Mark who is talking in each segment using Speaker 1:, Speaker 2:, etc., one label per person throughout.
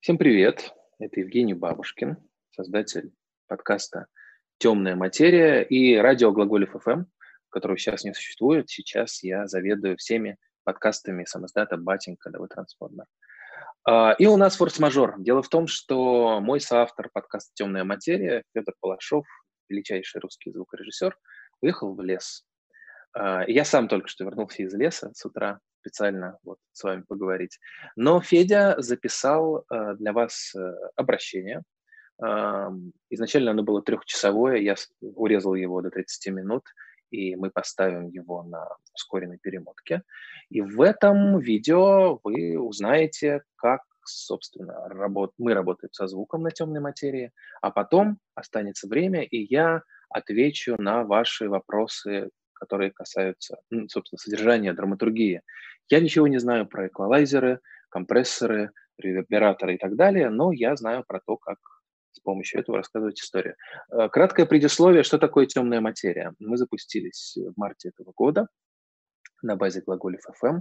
Speaker 1: Всем привет! Это Евгений Бабушкин, создатель подкаста «Темная материя» и радио «Глаголев ФМ», которого сейчас не существует. Сейчас я заведую всеми подкастами самоздата «Батенька КДВ Трансформер». И у нас форс-мажор. Дело в том, что мой соавтор подкаста «Темная материя» Федор Балашов, величайший русский звукорежиссер, уехал в лес. Я сам только что вернулся из леса с утра специально вот с вами поговорить. Но Федя записал для вас обращение. Изначально оно было трехчасовое, я урезал его до 30 минут, и мы поставим его на ускоренной перемотке. И в этом видео вы узнаете, как, собственно, мы работаем со звуком на темной материи, а потом останется время, и я отвечу на ваши вопросы, которые касаются, собственно, содержания драматургии. Я ничего не знаю про эквалайзеры, компрессоры, ревербераторы и так далее, но я знаю про то, как с помощью этого рассказывать историю. Краткое предисловие, что такое темная материя. Мы запустились в марте этого года на базе Глаголев ФМ.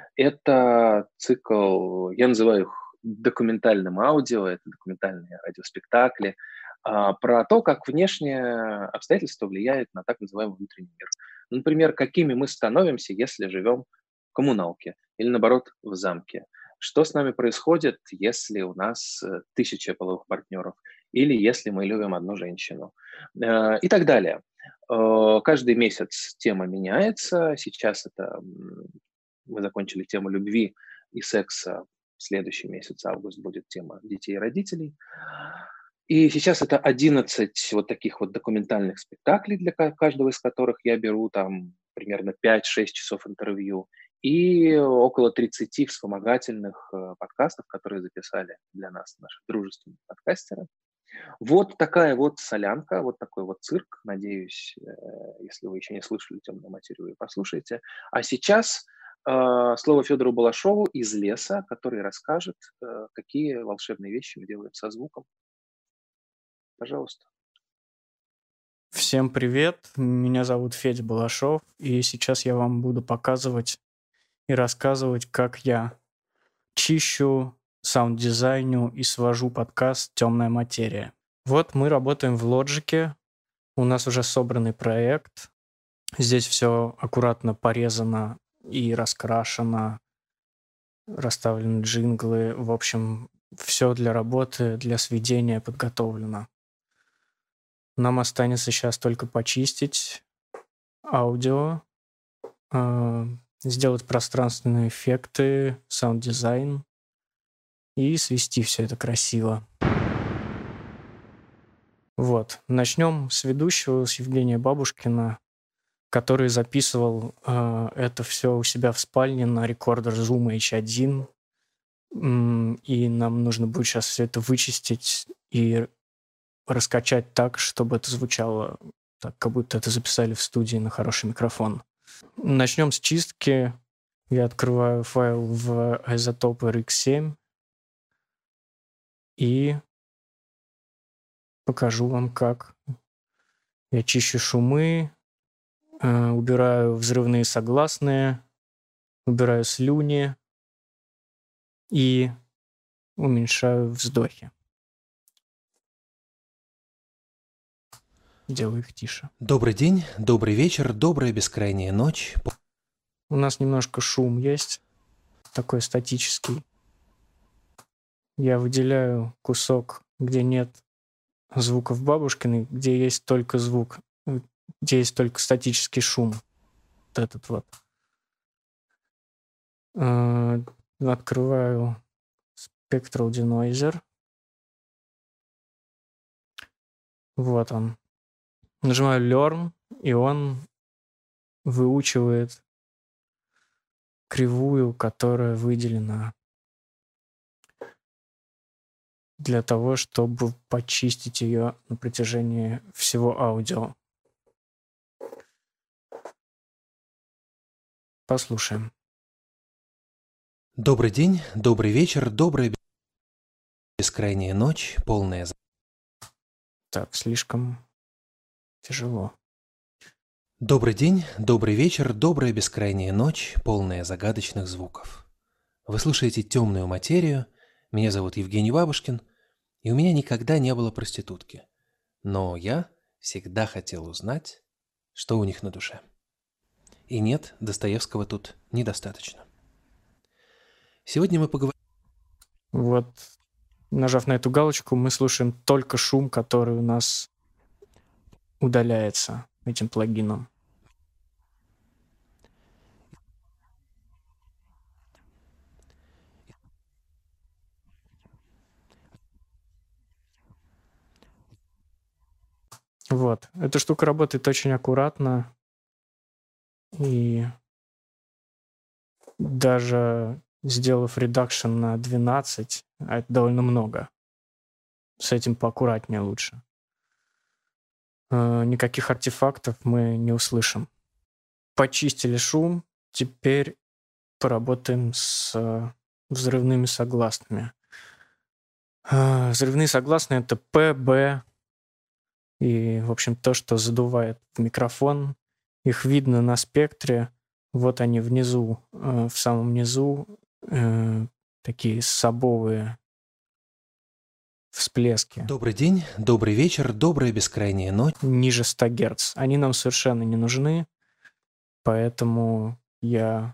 Speaker 1: Это цикл, я называю их документальным аудио, это документальные радиоспектакли, про то, как внешние обстоятельства влияют на так называемый внутренний мир. Например, какими мы становимся, если живем в коммуналке или, наоборот, в замке. Что с нами происходит, если у нас 1000 половых партнеров или если мы любим одну женщину и так далее. Каждый месяц тема меняется. Сейчас мы закончили тему любви и секса. В следующий месяц, август, будет тема детей и родителей. И сейчас это 11 вот таких вот документальных спектаклей, для каждого из которых я беру там примерно 5-6 часов интервью, и около 30 вспомогательных подкастов, которые записали для нас наши дружественные подкастеры. Вот такая вот солянка, вот такой вот цирк. Надеюсь, если вы еще не слышали «Темную материю», вы послушаете. А сейчас слово Федору Балашову из леса, который расскажет, какие волшебные вещи мы делаем со звуком. Пожалуйста.
Speaker 2: Всем привет, меня зовут Федя Балашов, и сейчас я вам буду показывать и рассказывать, как я чищу, саунд-дизайню и свожу подкаст «Темная материя». Вот мы работаем в Logic, у нас уже собранный проект, здесь все аккуратно порезано и раскрашено, расставлены джинглы, в общем, все для работы, для сведения подготовлено. Нам останется сейчас только почистить аудио, сделать пространственные эффекты, саунд-дизайн и свести все это красиво. Вот. Начнем с ведущего, с Евгения Бабушкина, который записывал это все у себя в спальне на рекордер Zoom H1. И нам нужно будет сейчас все это вычистить и раскачать так, чтобы это звучало так, как будто это записали в студии на хороший микрофон. Начнем с чистки. Я открываю файл в Isotope RX7 и покажу вам, как я чищу шумы, убираю взрывные согласные, убираю слюни и уменьшаю вздохи. Делаю их тише.
Speaker 3: Добрый день, добрый вечер, добрая бескрайняя ночь.
Speaker 2: У нас немножко шум есть, такой статический. Я выделяю кусок, где нет звуков Бабушкиной, где есть только звук, где есть только статический шум. Вот этот вот. Открываю Spectral Denoiser. Вот он. Нажимаю Learn, и он выучивает кривую, которая выделена для того, чтобы почистить ее на протяжении всего аудио. Послушаем.
Speaker 3: Добрый день, добрый вечер, добрая бескрайняя ночь, полная...
Speaker 2: Так, слишком тяжело.
Speaker 3: Добрый день, добрый вечер, добрая бескрайняя ночь, полная загадочных звуков. Вы слушаете «Темную материю», Меня зовут Евгений Бабушкин, и у меня никогда не было проститутки. Но я всегда хотел узнать, что у них на душе. И нет, Достоевского тут недостаточно. Сегодня мы поговорим...
Speaker 2: Вот, нажав на эту галочку, мы слушаем только шум, который у нас удаляется этим плагином. Вот. Эта штука работает очень аккуратно. И даже сделав редакшн на 12, а это довольно много, с этим поаккуратнее лучше, никаких артефактов мы не услышим. Почистили шум, теперь поработаем с взрывными согласными. Взрывные согласные — это П, Б и, в общем, то, что задувает в микрофон. Их видно на спектре. Вот они внизу, в самом низу, такие сабовые всплески.
Speaker 3: Добрый день, добрый вечер, добрая бескрайняя ночь.
Speaker 2: Ниже 100 Гц. Они нам совершенно не нужны, поэтому я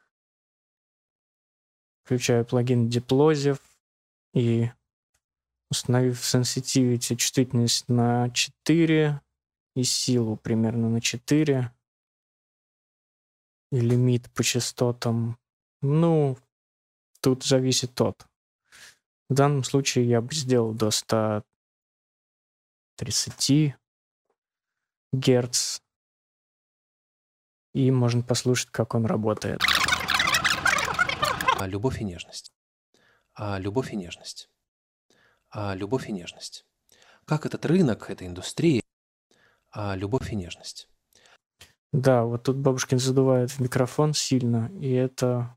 Speaker 2: включаю плагин Deplosive и, установив sensitivity, чувствительность на 4 и силу примерно на 4, и лимит по частотам, ну, тут зависит от. В данном случае я бы сделал до 130 Гц, и можно послушать, как он работает.
Speaker 3: Любовь и нежность. Любовь и нежность. Любовь и нежность. Как этот рынок, эта индустрия. Любовь и нежность.
Speaker 2: Да, вот тут Бабушкин задувает в микрофон сильно, и это...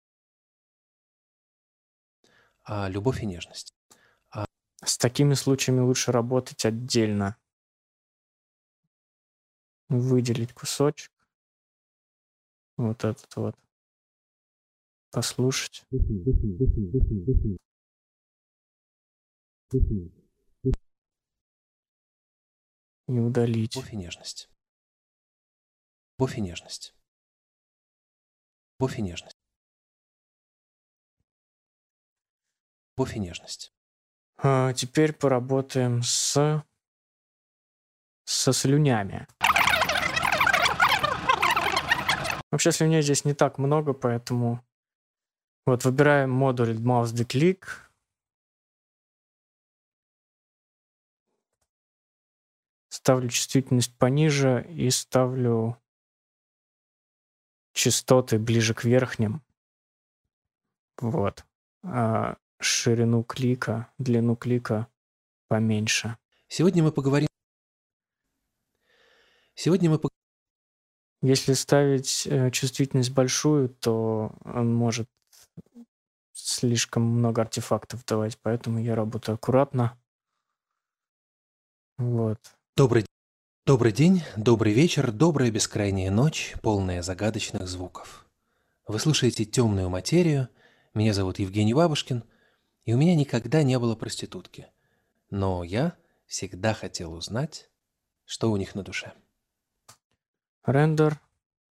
Speaker 3: Любовь и нежность.
Speaker 2: С такими случаями лучше работать отдельно. Выделить кусочек. Вот этот вот. Послушать. И удалить.
Speaker 3: Любовь и нежность. Любовь и нежность. Любовь и нежность. Любовь и нежность.
Speaker 2: Теперь поработаем со слюнями. Вообще слюней здесь не так много, поэтому вот выбираем модуль Mouse Declick. Ставлю чувствительность пониже и ставлю частоты ближе к верхним. Вот. А ширину клика, длину клика поменьше.
Speaker 3: Сегодня мы поговорим...
Speaker 2: Если ставить чувствительность большую, то он может слишком много артефактов давать, поэтому я работаю аккуратно. Вот.
Speaker 3: Добрый день, добрый вечер, добрая бескрайняя ночь, полная загадочных звуков. Вы слушаете «Темную материю». Меня зовут Евгений Бабушкин, и у меня никогда не было проститутки. Но я всегда хотел узнать, что у них на душе.
Speaker 2: Рендер.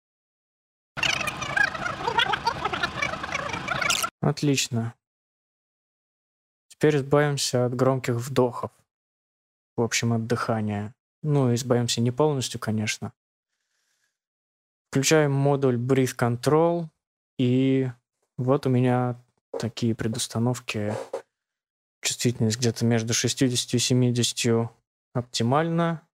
Speaker 2: Отлично. Теперь избавимся от громких вдохов. В общем, от дыхания. Ну, избавимся не полностью, конечно. Включаем модуль Breath Control. И вот у меня такие предустановки. Чувствительность где-то между 60 и 70 оптимально.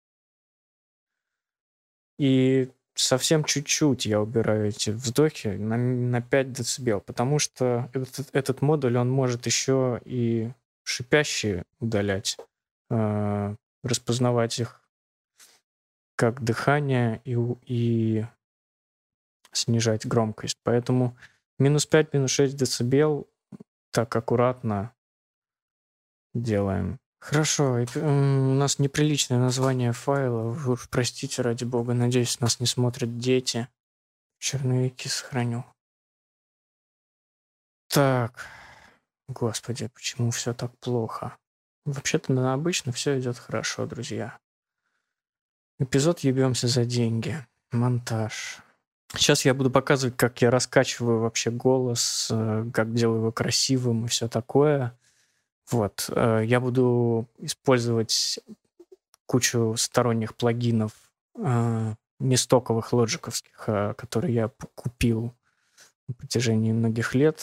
Speaker 2: И совсем чуть-чуть я убираю эти вздохи на 5 дБ, потому что этот модуль, он может еще и шипящие удалять, распознавать их как дыхание и снижать громкость. Поэтому минус 5, минус 6 дБ так аккуратно делаем. Хорошо, у нас неприличное название файла. Вы уж простите, ради бога. Надеюсь, нас не смотрят дети. Черновики сохраню. Так, Господи, почему все так плохо? Вообще-то обычно все идет хорошо, друзья. Эпизод «Ебемся за деньги». Монтаж. Сейчас я буду показывать, как я раскачиваю вообще голос, как делаю его красивым и все такое. Вот. Я буду использовать кучу сторонних плагинов, не стоковых лоджиковских, которые я купил на протяжении многих лет.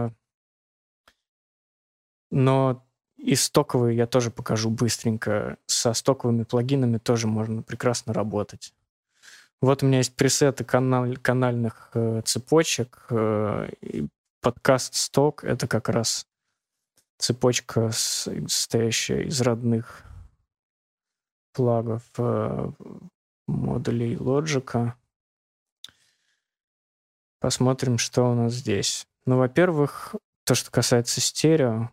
Speaker 2: Но и стоковые я тоже покажу быстренько. Со стоковыми плагинами тоже можно прекрасно работать. Вот у меня есть пресеты канальных цепочек. И подкаст сток — это как раз цепочка, состоящая из родных плагов модулей Logic. Посмотрим, что у нас здесь. Ну, во-первых, то, что касается стерео,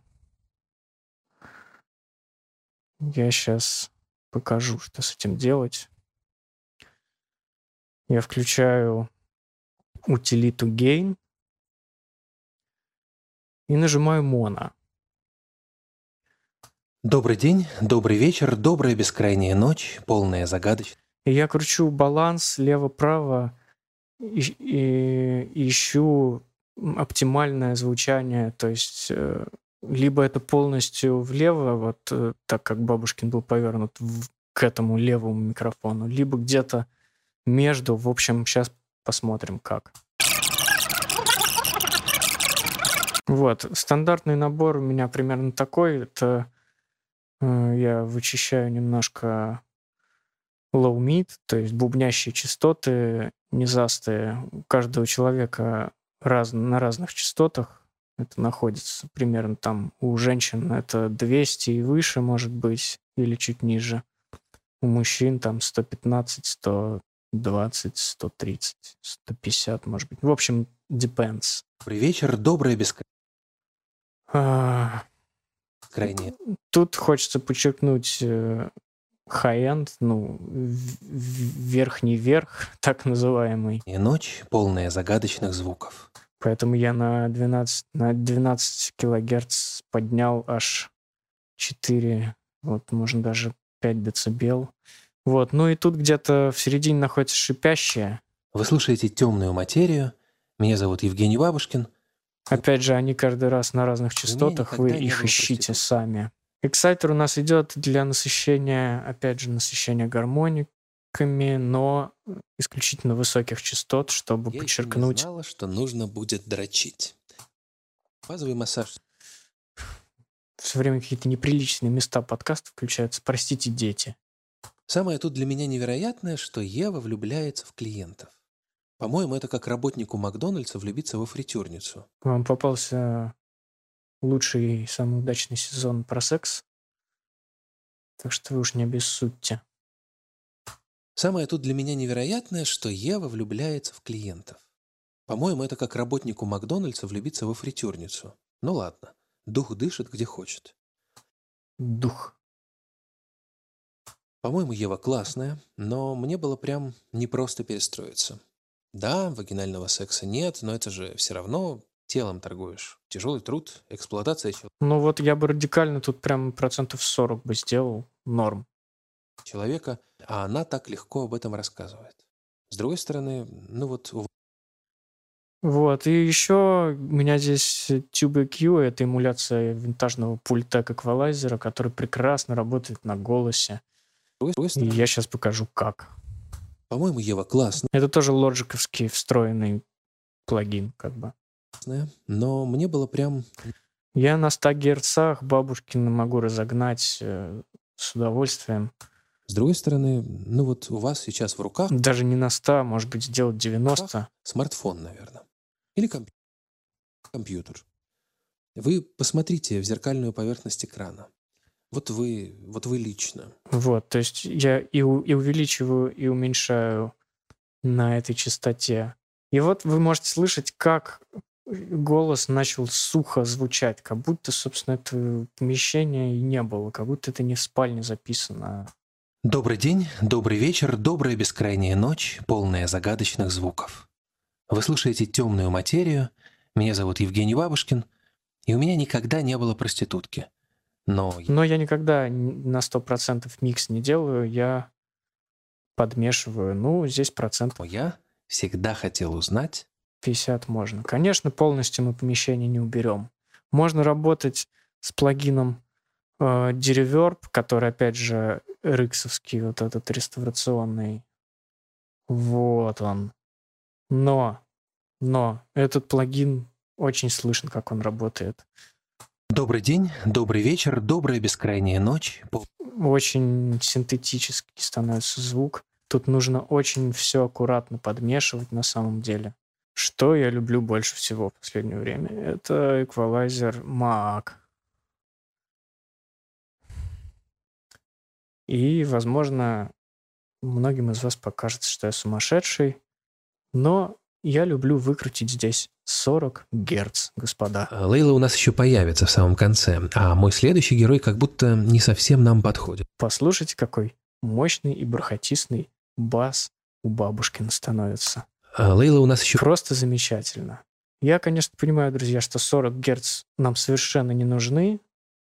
Speaker 2: я сейчас покажу, что с этим делать. Я включаю утилиту Gain и нажимаю Mono.
Speaker 3: Добрый день, добрый вечер, добрая бескрайняя ночь, полная загадочных.
Speaker 2: И я кручу баланс лево-право и ищу оптимальное звучание, то есть либо это полностью влево, вот так как Бабушкин был повернут к этому левому микрофону, либо где-то между. В общем, сейчас посмотрим, как. Вот, стандартный набор у меня примерно такой. Это я вычищаю немножко low mid, то есть бубнящие частоты, низастые. У каждого человека на разных частотах это находится. Примерно там у женщин это 200 и выше, может быть, или чуть ниже. У мужчин там 115, 120, 130, 150, может быть. В общем, depends.
Speaker 3: Добрый вечер, добрая бескрайняя. Тут
Speaker 2: хочется подчеркнуть high-end, верхний верх, так называемый.
Speaker 3: И ночь, полная загадочных звуков.
Speaker 2: Поэтому я на 12 килогерц поднял аж 4, вот можно даже 5 децибел. Вот, ну и тут где-то в середине находится шипящее.
Speaker 3: Вы слушаете «Темную материю». Меня зовут Евгений Бабушкин.
Speaker 2: Опять же, они каждый раз на разных частотах, вы их ищите сами. Эксайтер у нас идет для насыщения, опять же, насыщения гармониками, но исключительно высоких частот, чтобы подчеркнуть...
Speaker 3: Я не знала, что нужно будет дрочить. Базовый массаж.
Speaker 2: Все время какие-то неприличные места подкаста включаются. Простите, дети.
Speaker 3: Самое тут для меня невероятное, что Ева влюбляется в клиентов. По-моему, это как работнику Макдональдса влюбиться во фритюрницу.
Speaker 2: Вам попался лучший и самый удачный сезон про секс, так что вы уж не обессудьте.
Speaker 3: Самое тут для меня невероятное, что Ева влюбляется в клиентов. По-моему, это как работнику Макдональдса влюбиться во фритюрницу. Ну ладно, дух дышит где хочет.
Speaker 2: Дух.
Speaker 3: По-моему, Ева классная, но мне было прям непросто перестроиться. Да, вагинального секса нет, но это же все равно телом торгуешь. Тяжелый труд, эксплуатация
Speaker 2: Ну вот я бы радикально тут прям 40% бы сделал. Норм.
Speaker 3: Человека, а она так легко об этом рассказывает. С другой стороны,
Speaker 2: Вот, и еще у меня здесь TubeQ, это эмуляция винтажного пульта к эквалайзера, который прекрасно работает на голосе. И я сейчас покажу, как.
Speaker 3: По-моему, Ева классная.
Speaker 2: Это тоже лоджиковский встроенный плагин, как бы.
Speaker 3: Но мне было прям...
Speaker 2: Я на 100 герцах Бабушкина могу разогнать с удовольствием.
Speaker 3: С другой стороны, у вас сейчас в руках...
Speaker 2: Даже не на 100, может быть, сделать 90.
Speaker 3: Смартфон, наверное. Или компьютер. Вы посмотрите в зеркальную поверхность экрана. Вот вы лично.
Speaker 2: Вот, то есть я и увеличиваю, и уменьшаю на этой частоте. И вот вы можете слышать, как голос начал сухо звучать, как будто, собственно, это помещение и не было, как будто это не в спальне записано.
Speaker 3: Добрый день, добрый вечер, добрая бескрайняя ночь, полная загадочных звуков. Вы слушаете «Темную материю». Меня зовут Евгений Бабушкин. И у меня никогда не было проститутки. Но
Speaker 2: Но я никогда на 100% микс не делаю, я подмешиваю. Ну, здесь процентов
Speaker 3: я всегда хотел узнать,
Speaker 2: 50 можно. Конечно, полностью мы помещение не уберем. Можно работать с плагином Deriverb, который, опять же, рыксовский, вот этот реставрационный. Вот он. Но этот плагин очень слышен, как он работает.
Speaker 3: добрый день, добрый вечер, добрая бескрайняя ночь.
Speaker 2: Очень синтетический становится звук. Тут нужно очень все аккуратно подмешивать на самом деле. Что я люблю больше всего в последнее время? Это эквалайзер Mac. И, возможно, многим из вас покажется, что я сумасшедший, но я люблю выкрутить здесь 40 Гц, господа.
Speaker 3: Лейла у нас еще появится в самом конце, а мой следующий герой как будто не совсем нам подходит.
Speaker 2: Послушайте, какой мощный и бархатистый бас у Бабушкина становится.
Speaker 3: Лейла у нас еще...
Speaker 2: Просто замечательно. Я, конечно, понимаю, друзья, что 40 Гц нам совершенно не нужны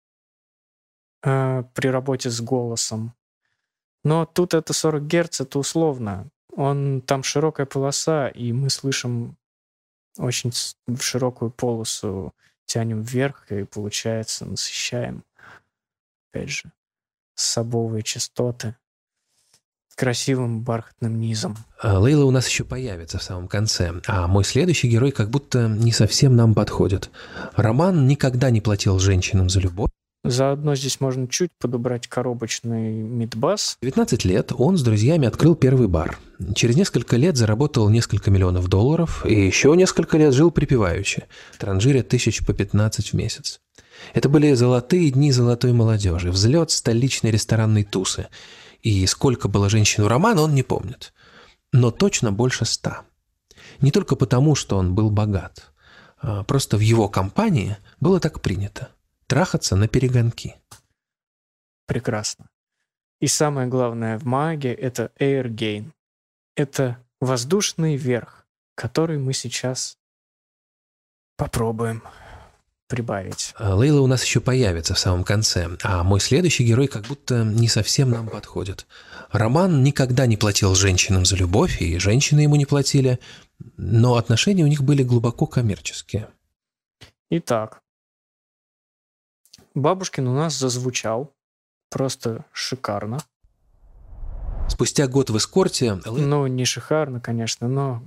Speaker 2: при работе с голосом. Но тут это 40 Гц, это условно. Там широкая полоса, и мы слышим очень широкую полосу, тянем вверх, и получается насыщаем, опять же, собовые частоты красивым бархатным низом.
Speaker 3: Лейла у нас еще появится в самом конце, а мой следующий герой как будто не совсем нам подходит. Роман никогда не платил женщинам за любовь.
Speaker 2: Заодно здесь можно чуть подобрать коробочный мидбас.
Speaker 3: 19 лет он с друзьями открыл первый бар. Через несколько лет заработал несколько миллионов долларов и еще несколько лет жил припеваючи, транжиря тысяч по 15 в месяц. Это были золотые дни золотой молодежи, взлет столичной ресторанной тусы. И сколько было женщин у Романа, он не помнит. Но точно больше 100. Не только потому, что он был богат. Просто в его компании было так принято. Трахаться на перегонки.
Speaker 2: Прекрасно. И самое главное в Маге — это Air Gain. Это воздушный верх, который мы сейчас попробуем прибавить.
Speaker 3: Лейла у нас еще появится в самом конце, а мой следующий герой как будто не совсем нам подходит. Роман никогда не платил женщинам за любовь, и женщины ему не платили, но отношения у них были глубоко коммерческие.
Speaker 2: Итак, Бабушкин у нас зазвучал просто шикарно.
Speaker 3: Спустя год в эскорте...
Speaker 2: Ну, не шикарно, конечно, но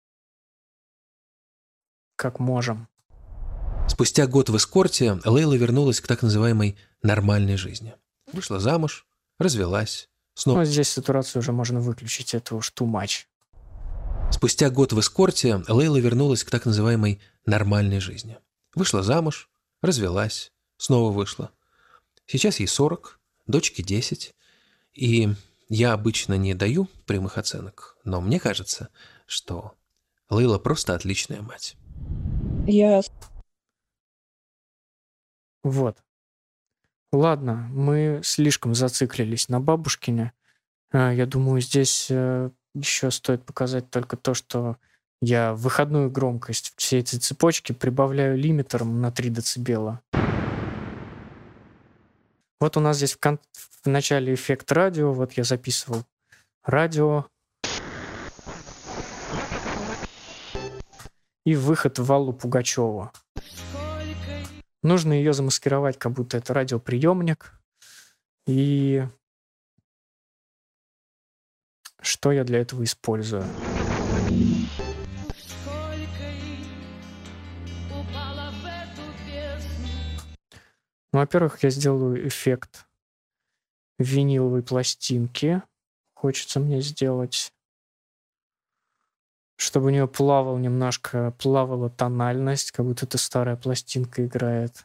Speaker 2: как можем.
Speaker 3: Спустя год в эскорте Лейла вернулась к так называемой нормальной жизни. Вышла замуж, развелась, снова...
Speaker 2: Ну, здесь сатурацию уже можно выключить, это уж too much.
Speaker 3: Спустя год в эскорте Лейла вернулась к так называемой нормальной жизни. Вышла замуж, развелась, снова вышла. Сейчас ей 40, дочке 10, и я обычно не даю прямых оценок, но мне кажется, что Лейла просто отличная мать.
Speaker 2: Вот. Ладно, мы слишком зациклились на Бабушкине. Я думаю, здесь еще стоит показать только то, что я выходную громкость всей этой цепочки прибавляю лимитером на 3 дБ. Вот у нас здесь в начале эффект радио. Вот я записывал радио. И выход в Аллу Пугачеву. Нужно ее замаскировать, как будто это радиоприемник. И что я для этого использую? Ну, во-первых, я сделаю эффект виниловой пластинки. Хочется мне сделать, чтобы у нее плавала тональность, как будто это старая пластинка играет.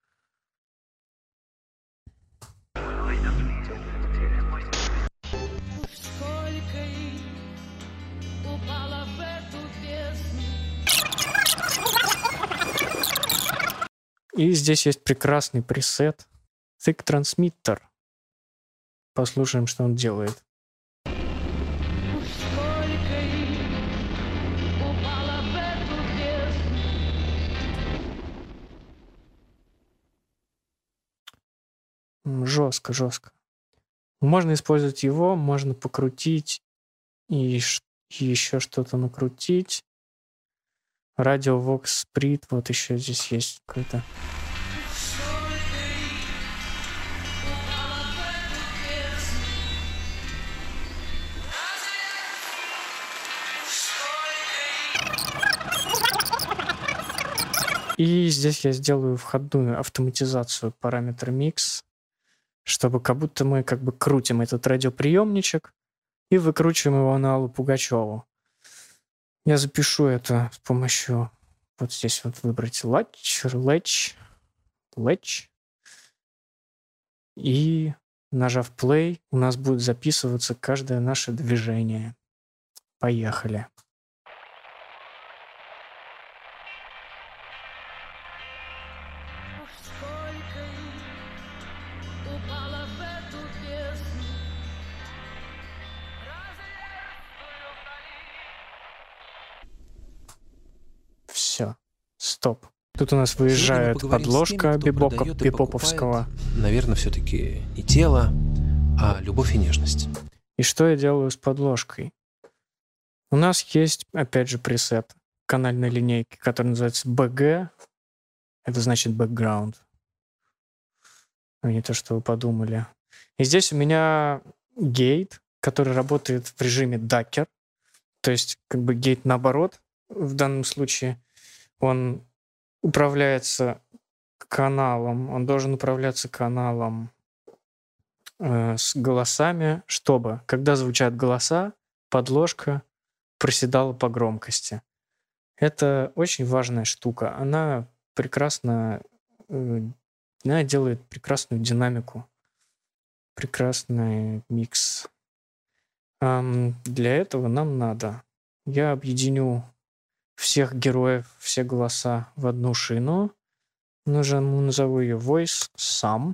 Speaker 2: И здесь есть прекрасный пресет Thick Transmitter. Послушаем, что он делает. Жестко, жестко. Можно использовать его, можно покрутить и еще что-то накрутить. Радио Vox Sprit, вот еще здесь есть какой-то. И здесь я сделаю входную автоматизацию параметра mix, чтобы как будто мы как бы крутим этот радиоприемничек и выкручиваем его на Аллу Пугачеву. Я запишу это с помощью вот здесь вот выбрать latch, и нажав play, у нас будет записываться каждое наше движение. Поехали. Все, стоп. Тут у нас выезжает подложка бибоповского.
Speaker 3: Наверное, все-таки не тело, а любовь и нежность.
Speaker 2: И что я делаю с подложкой? У нас есть, опять же, пресет канальной линейки, который называется BG. Это значит background. А не то, что вы подумали. И здесь у меня гейт, который работает в режиме Docker. То есть, как бы гейт наоборот. В данном случае он управляется каналом. Он должен управляться каналом с голосами, чтобы, когда звучат голоса, подложка проседала по громкости. Это очень важная штука. Она прекрасно она делает прекрасную динамику, прекрасный микс. Для этого нам надо. Я объединю всех героев, все голоса в одну шину. Назову ее voice sum.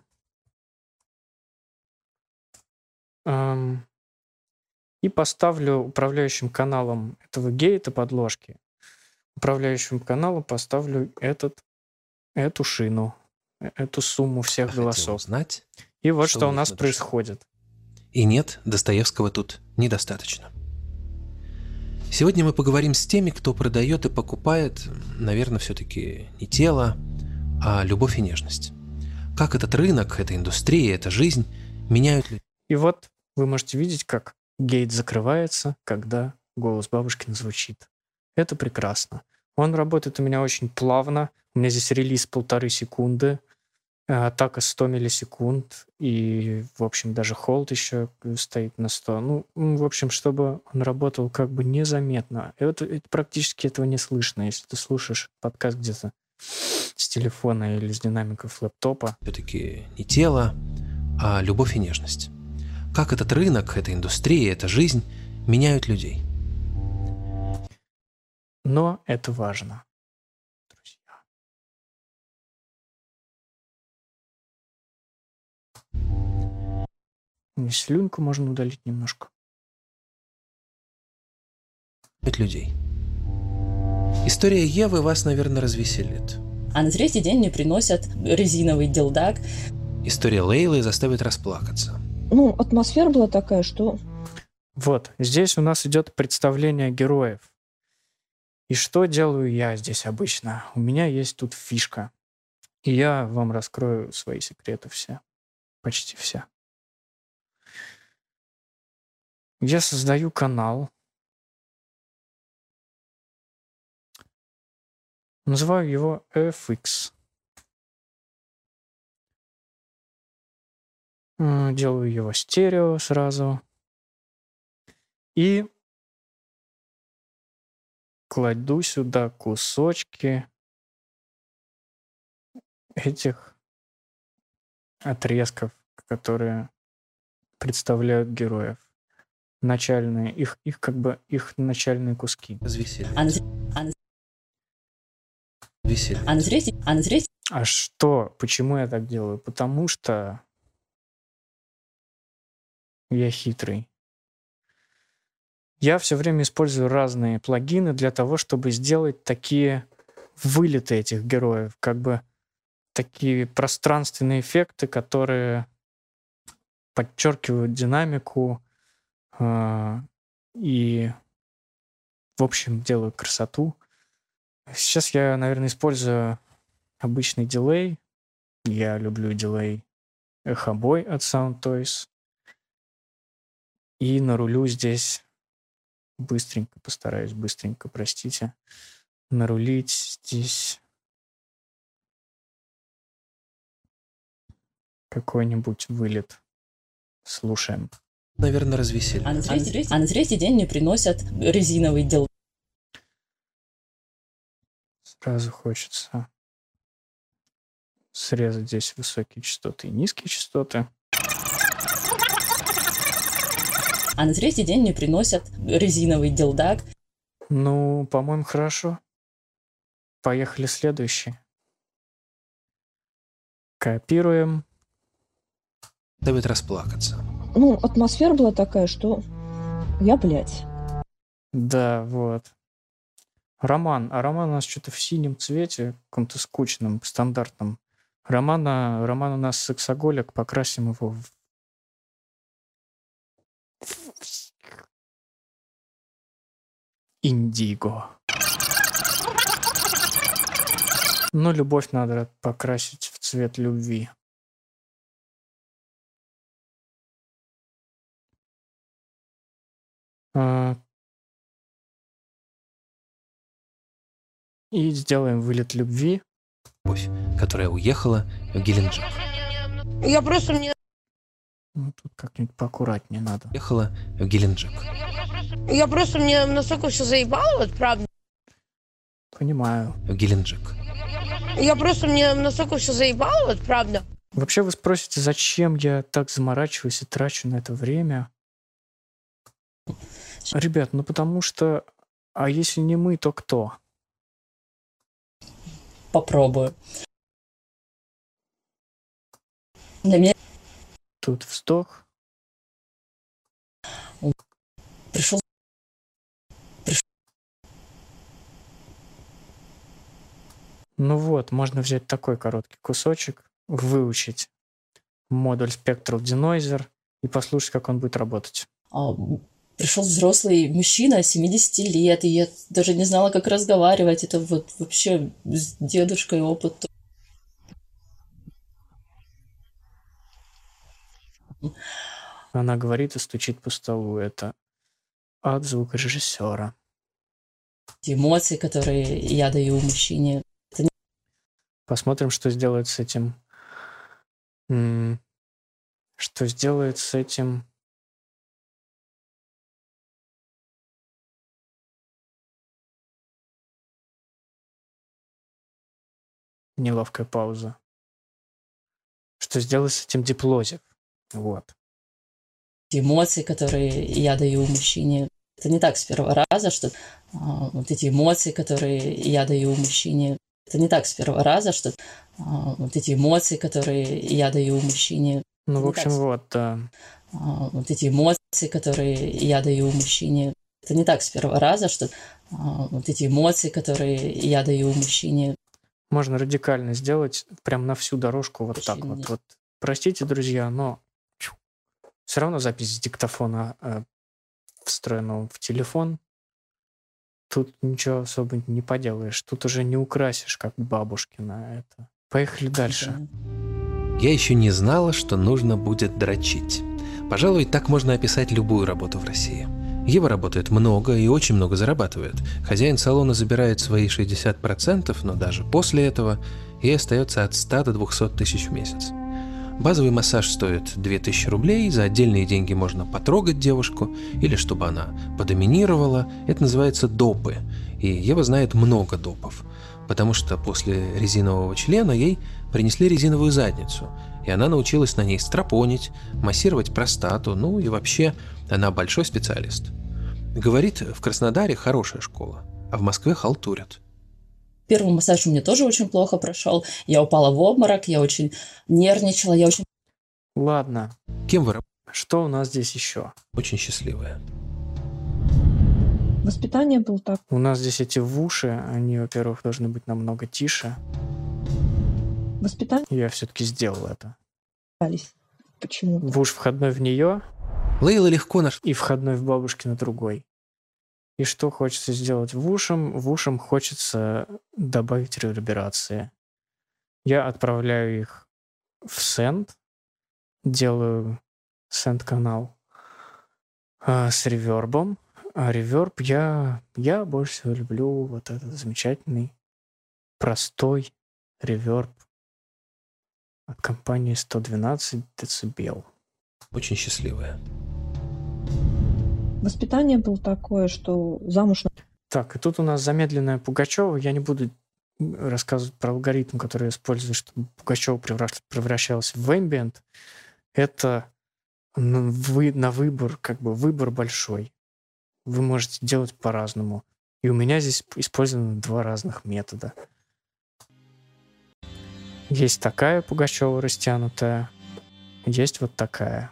Speaker 2: И поставлю управляющим каналом этого гейта подложки. Управляющим каналом поставлю эту шину, эту сумму всех голосов.
Speaker 3: Узнать,
Speaker 2: и вот что у нас происходит.
Speaker 3: И нет, Достоевского тут недостаточно. Сегодня мы поговорим с теми, кто продает и покупает, наверное, все-таки не тело, а любовь и нежность. Как этот рынок, эта индустрия, эта жизнь меняют людей.
Speaker 2: И вот вы можете видеть, как гейт закрывается, когда голос Бабушкина звучит. Это прекрасно. Он работает у меня очень плавно. У меня здесь релиз 1,5 секунды, атака 100 миллисекунд, и, в общем, даже холд еще стоит на 100. Ну, в общем, чтобы он работал как бы незаметно. И вот практически этого не слышно, если ты слушаешь подкаст где-то с телефона или с динамиков лэптопа.
Speaker 3: Все-таки не тело, а любовь и нежность. Как этот рынок, эта индустрия, эта жизнь меняют людей.
Speaker 2: Но это важно, друзья. И слюнку можно удалить немножко.
Speaker 3: Людей. История Евы вас, наверное, развеселит.
Speaker 4: А на третий день мне приносят резиновый дилдак.
Speaker 3: История Лейлы заставит расплакаться.
Speaker 5: Ну, атмосфера была такая, что...
Speaker 2: Вот, здесь у нас идет представление героев. И что делаю я здесь обычно? У меня есть тут фишка. И я вам раскрою свои секреты все. Почти все. Я создаю канал. Называю его FX. Делаю его стерео сразу. И кладу сюда кусочки этих отрезков, которые представляют героев. Начальные, их начальные куски. А что? Почему я так делаю? Потому что я хитрый. Я все время использую разные плагины для того, чтобы сделать такие вылеты этих героев, как бы такие пространственные эффекты, которые подчеркивают динамику и, в общем, делают красоту. Сейчас я, наверное, использую обычный дилей. Я люблю дилей Echo Boy от Sound Toys. И нарулю здесь быстренько, постараюсь быстренько, простите, нарулить здесь какой-нибудь вылет. Слушаем.
Speaker 3: Наверное, развесели.
Speaker 4: А на третий день мне приносят резиновый дилдак.
Speaker 2: Сразу хочется срезать здесь высокие частоты и низкие частоты.
Speaker 4: А на третий день мне приносят резиновый дилдак.
Speaker 2: Ну, по-моему, хорошо. Поехали следующий. Копируем.
Speaker 3: Давид расплакаться.
Speaker 5: Ну, атмосфера была такая, что я, блядь.
Speaker 2: Да, вот. Роман. А Роман у нас что-то в синем цвете, каком-то скучном, стандартном. Роман у нас сексоголик, покрасим его в индиго. Но любовь надо покрасить в цвет любви. И сделаем вылет любви.
Speaker 3: Любовь, которая уехала в Геленджик.
Speaker 6: Я просто мне...
Speaker 2: Ну, тут как-нибудь поаккуратнее надо.
Speaker 3: Уехала в Геленджик.
Speaker 6: Я просто мне настолько все заебало, вот правда.
Speaker 2: Понимаю.
Speaker 3: В Геленджик.
Speaker 6: Я просто мне настолько все заебало, вот правда.
Speaker 2: Вообще вы спросите, зачем я так заморачиваюсь и трачу на это время? Ребят, ну потому что... А если не мы, то кто?
Speaker 4: Попробую. Для меня
Speaker 2: Тут вздох.
Speaker 4: пришел
Speaker 2: Ну вот, можно взять такой короткий кусочек, выучить модуль Spectral Denoiser и послушать, как он будет работать.
Speaker 4: пришел взрослый мужчина 70 лет, и я даже не знала, как разговаривать. Это вот вообще с дедушкой опыт.
Speaker 2: Она говорит и стучит по столу. Это от звукорежиссера.
Speaker 4: Те эмоции, которые я даю мужчине.
Speaker 2: Посмотрим, что сделает с этим. Что сделает с этим. Неловкая пауза. Что сделает с этим диплозив. Вот.
Speaker 4: Те эмоции, которые я даю мужчине. Это не так с первого раза, что вот эти эмоции, которые я даю мужчине. Это не так с первого раза, что вот эти эмоции, которые я даю мужчине.
Speaker 2: Ну, в общем, вот, да.
Speaker 4: Вот эти эмоции, которые я даю мужчине. Это не так с первого раза, что вот эти эмоции, которые я даю мужчине.
Speaker 2: Можно радикально сделать прям на всю дорожку вот так вот. Вот. Простите, друзья, но все равно запись с диктофона встроенного в телефон. Тут ничего особо не поделаешь. Тут уже не украсишь, как бабушкина это. Поехали дальше.
Speaker 3: Я еще не знала, что нужно будет дрочить. Пожалуй, так можно описать любую работу в России. Ева работает много и очень много зарабатывает. Хозяин салона забирает свои 60%, но даже после этого ей остается от 100 до 200 тысяч в месяц. Базовый массаж стоит 2000 рублей, за отдельные деньги можно потрогать девушку, или чтобы она подоминировала. Это называется допы. И Ева знает много допов, потому что после резинового члена ей принесли резиновую задницу, и она научилась на ней стропонить, массировать простату, ну и вообще она большой специалист. Говорит, в Краснодаре хорошая школа, а в Москве халтурят.
Speaker 4: Первый массаж у меня тоже очень плохо прошел. Я упала в обморок, я очень нервничала, я очень...
Speaker 2: Ладно.
Speaker 3: Кем вы работаете?
Speaker 2: Что у нас здесь еще?
Speaker 3: Очень счастливая.
Speaker 5: Воспитание было так.
Speaker 2: У нас здесь эти в уши, они, во-первых, должны быть намного тише.
Speaker 5: Воспитание
Speaker 2: Я все-таки сделал это.
Speaker 5: почему-то.
Speaker 2: В уж входной в нее
Speaker 3: Лейла легко наш...
Speaker 2: и входной в бабушкина другой. И что хочется сделать в ушам? В ушам хочется добавить реверберации. Я отправляю их в сенд, делаю сенд-канал с ревербом. А реверб я больше всего люблю вот этот замечательный, простой реверб от компании 112 дБ.
Speaker 3: Очень счастливая.
Speaker 5: Воспитание было такое, что замуж...
Speaker 2: Так, и тут у нас замедленная Пугачева. Я не буду рассказывать про алгоритм, который я использую, чтобы Пугачева превращалась в ambient. Это на выбор, как бы выбор большой. Вы можете делать по-разному. И у меня здесь использованы два разных метода. Есть такая Пугачева растянутая, есть вот такая.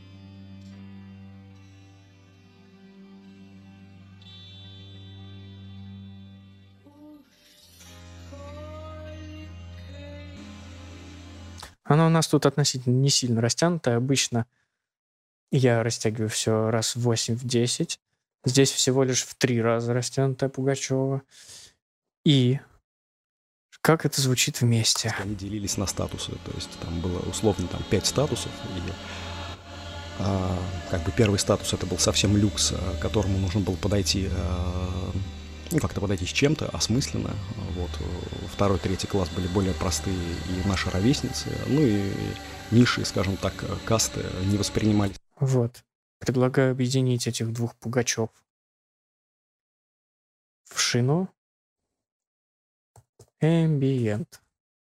Speaker 2: Она у нас тут относительно не сильно растянутая. Обычно я растягиваю все раз в 8-10. Здесь всего лишь в 3 раза растянутая Пугачева. И как это звучит вместе?
Speaker 7: Они делились на статусы, то есть там было условно 5 статусов, и как бы первый статус это был совсем люкс, к которому нужно было подойти, как-то подойти с чем-то осмысленно. Вот. Второй, третий класс были более простые и наши ровесницы, ну и ниши, скажем так, касты не воспринимались.
Speaker 2: Вот. Предлагаю объединить этих двух Пугачев в шину. Ambient.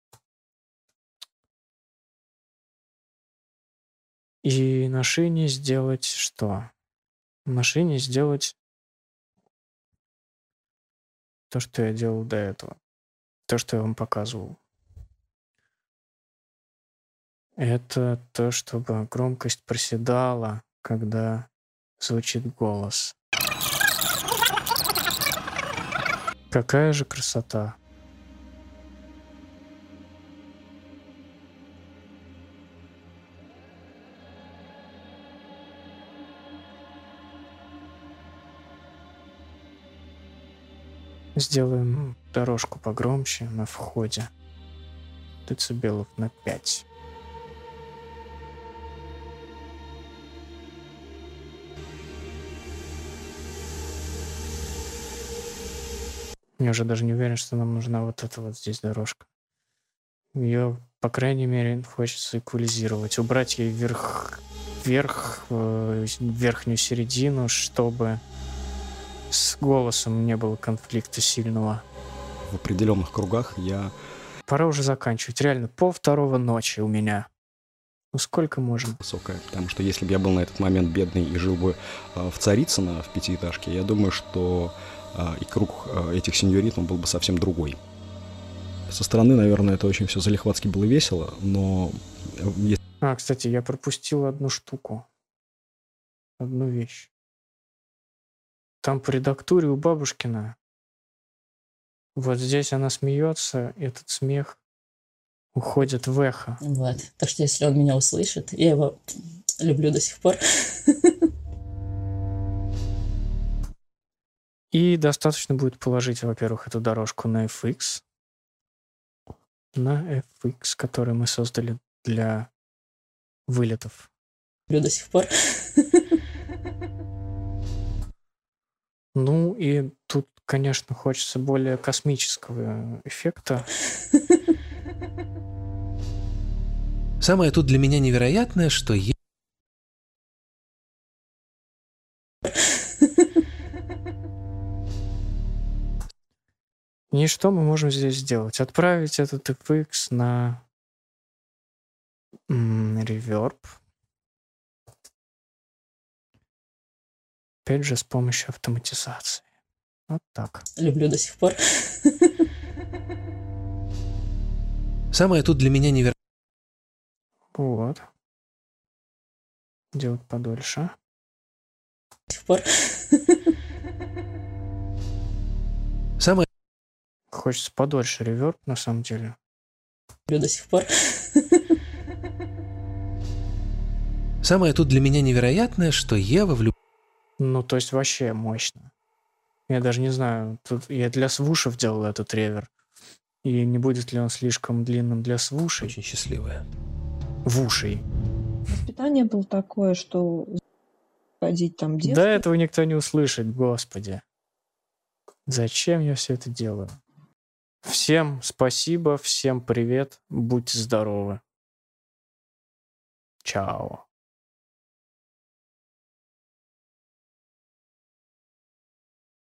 Speaker 2: И на шине сделать что? На шине сделать то, что я делал до этого. То, что я вам показывал. Это то, чтобы громкость проседала, когда звучит голос. Какая же красота! Сделаем дорожку погромче на входе. Децибелов на 5. Я уже даже не уверен, что нам нужна вот эта вот здесь дорожка. Ее, по крайней мере, хочется эквализировать. Убрать ей верхнюю середину, чтобы с голосом не было конфликта сильного.
Speaker 7: В определенных кругах я...
Speaker 2: Пора уже заканчивать. Реально, 1:30 ночи у меня. Ну сколько можно?
Speaker 7: Высокая, потому что если бы я был на этот момент бедный и жил бы в Царицыно, в 5-этажке, я думаю, что и круг этих сеньорит был бы совсем другой. Со стороны, наверное, это очень все залихватски было весело, но...
Speaker 2: Кстати, я пропустил одну штуку. Одну вещь. Там по редактуре у Бабушкина. Вот здесь она смеется, этот смех уходит в эхо.
Speaker 4: Вот. Так что если он меня услышит, я его люблю до сих пор.
Speaker 2: И достаточно будет положить, во-первых, эту дорожку на FX. На FX, который мы создали для вылетов.
Speaker 4: Люблю до сих пор.
Speaker 2: Ну и тут, конечно, хочется более космического эффекта.
Speaker 3: Самое тут для меня невероятное, что я...
Speaker 2: И что мы можем здесь сделать? Отправить этот FX на реверб. Опять же, с помощью автоматизации. Вот так.
Speaker 4: Люблю до сих пор.
Speaker 3: Самое тут для меня невероятное...
Speaker 2: Вот. Делать подольше.
Speaker 4: До сих пор.
Speaker 3: Самое...
Speaker 2: Хочется подольше реверб, на самом деле.
Speaker 4: Люблю до сих пор.
Speaker 3: Самое тут для меня невероятное, что Ева
Speaker 2: Ну, то есть вообще мощно. Я даже не знаю, тут я для свушев делал этот ревер. И не будет ли он слишком длинным для свушей?
Speaker 3: очень счастливая.
Speaker 2: Вушей.
Speaker 5: Воспитание было такое, что ходить там
Speaker 2: Да
Speaker 5: детство.
Speaker 2: этого никто не услышит, господи. Зачем я все это делаю? Всем спасибо, всем привет, будьте здоровы. Чао.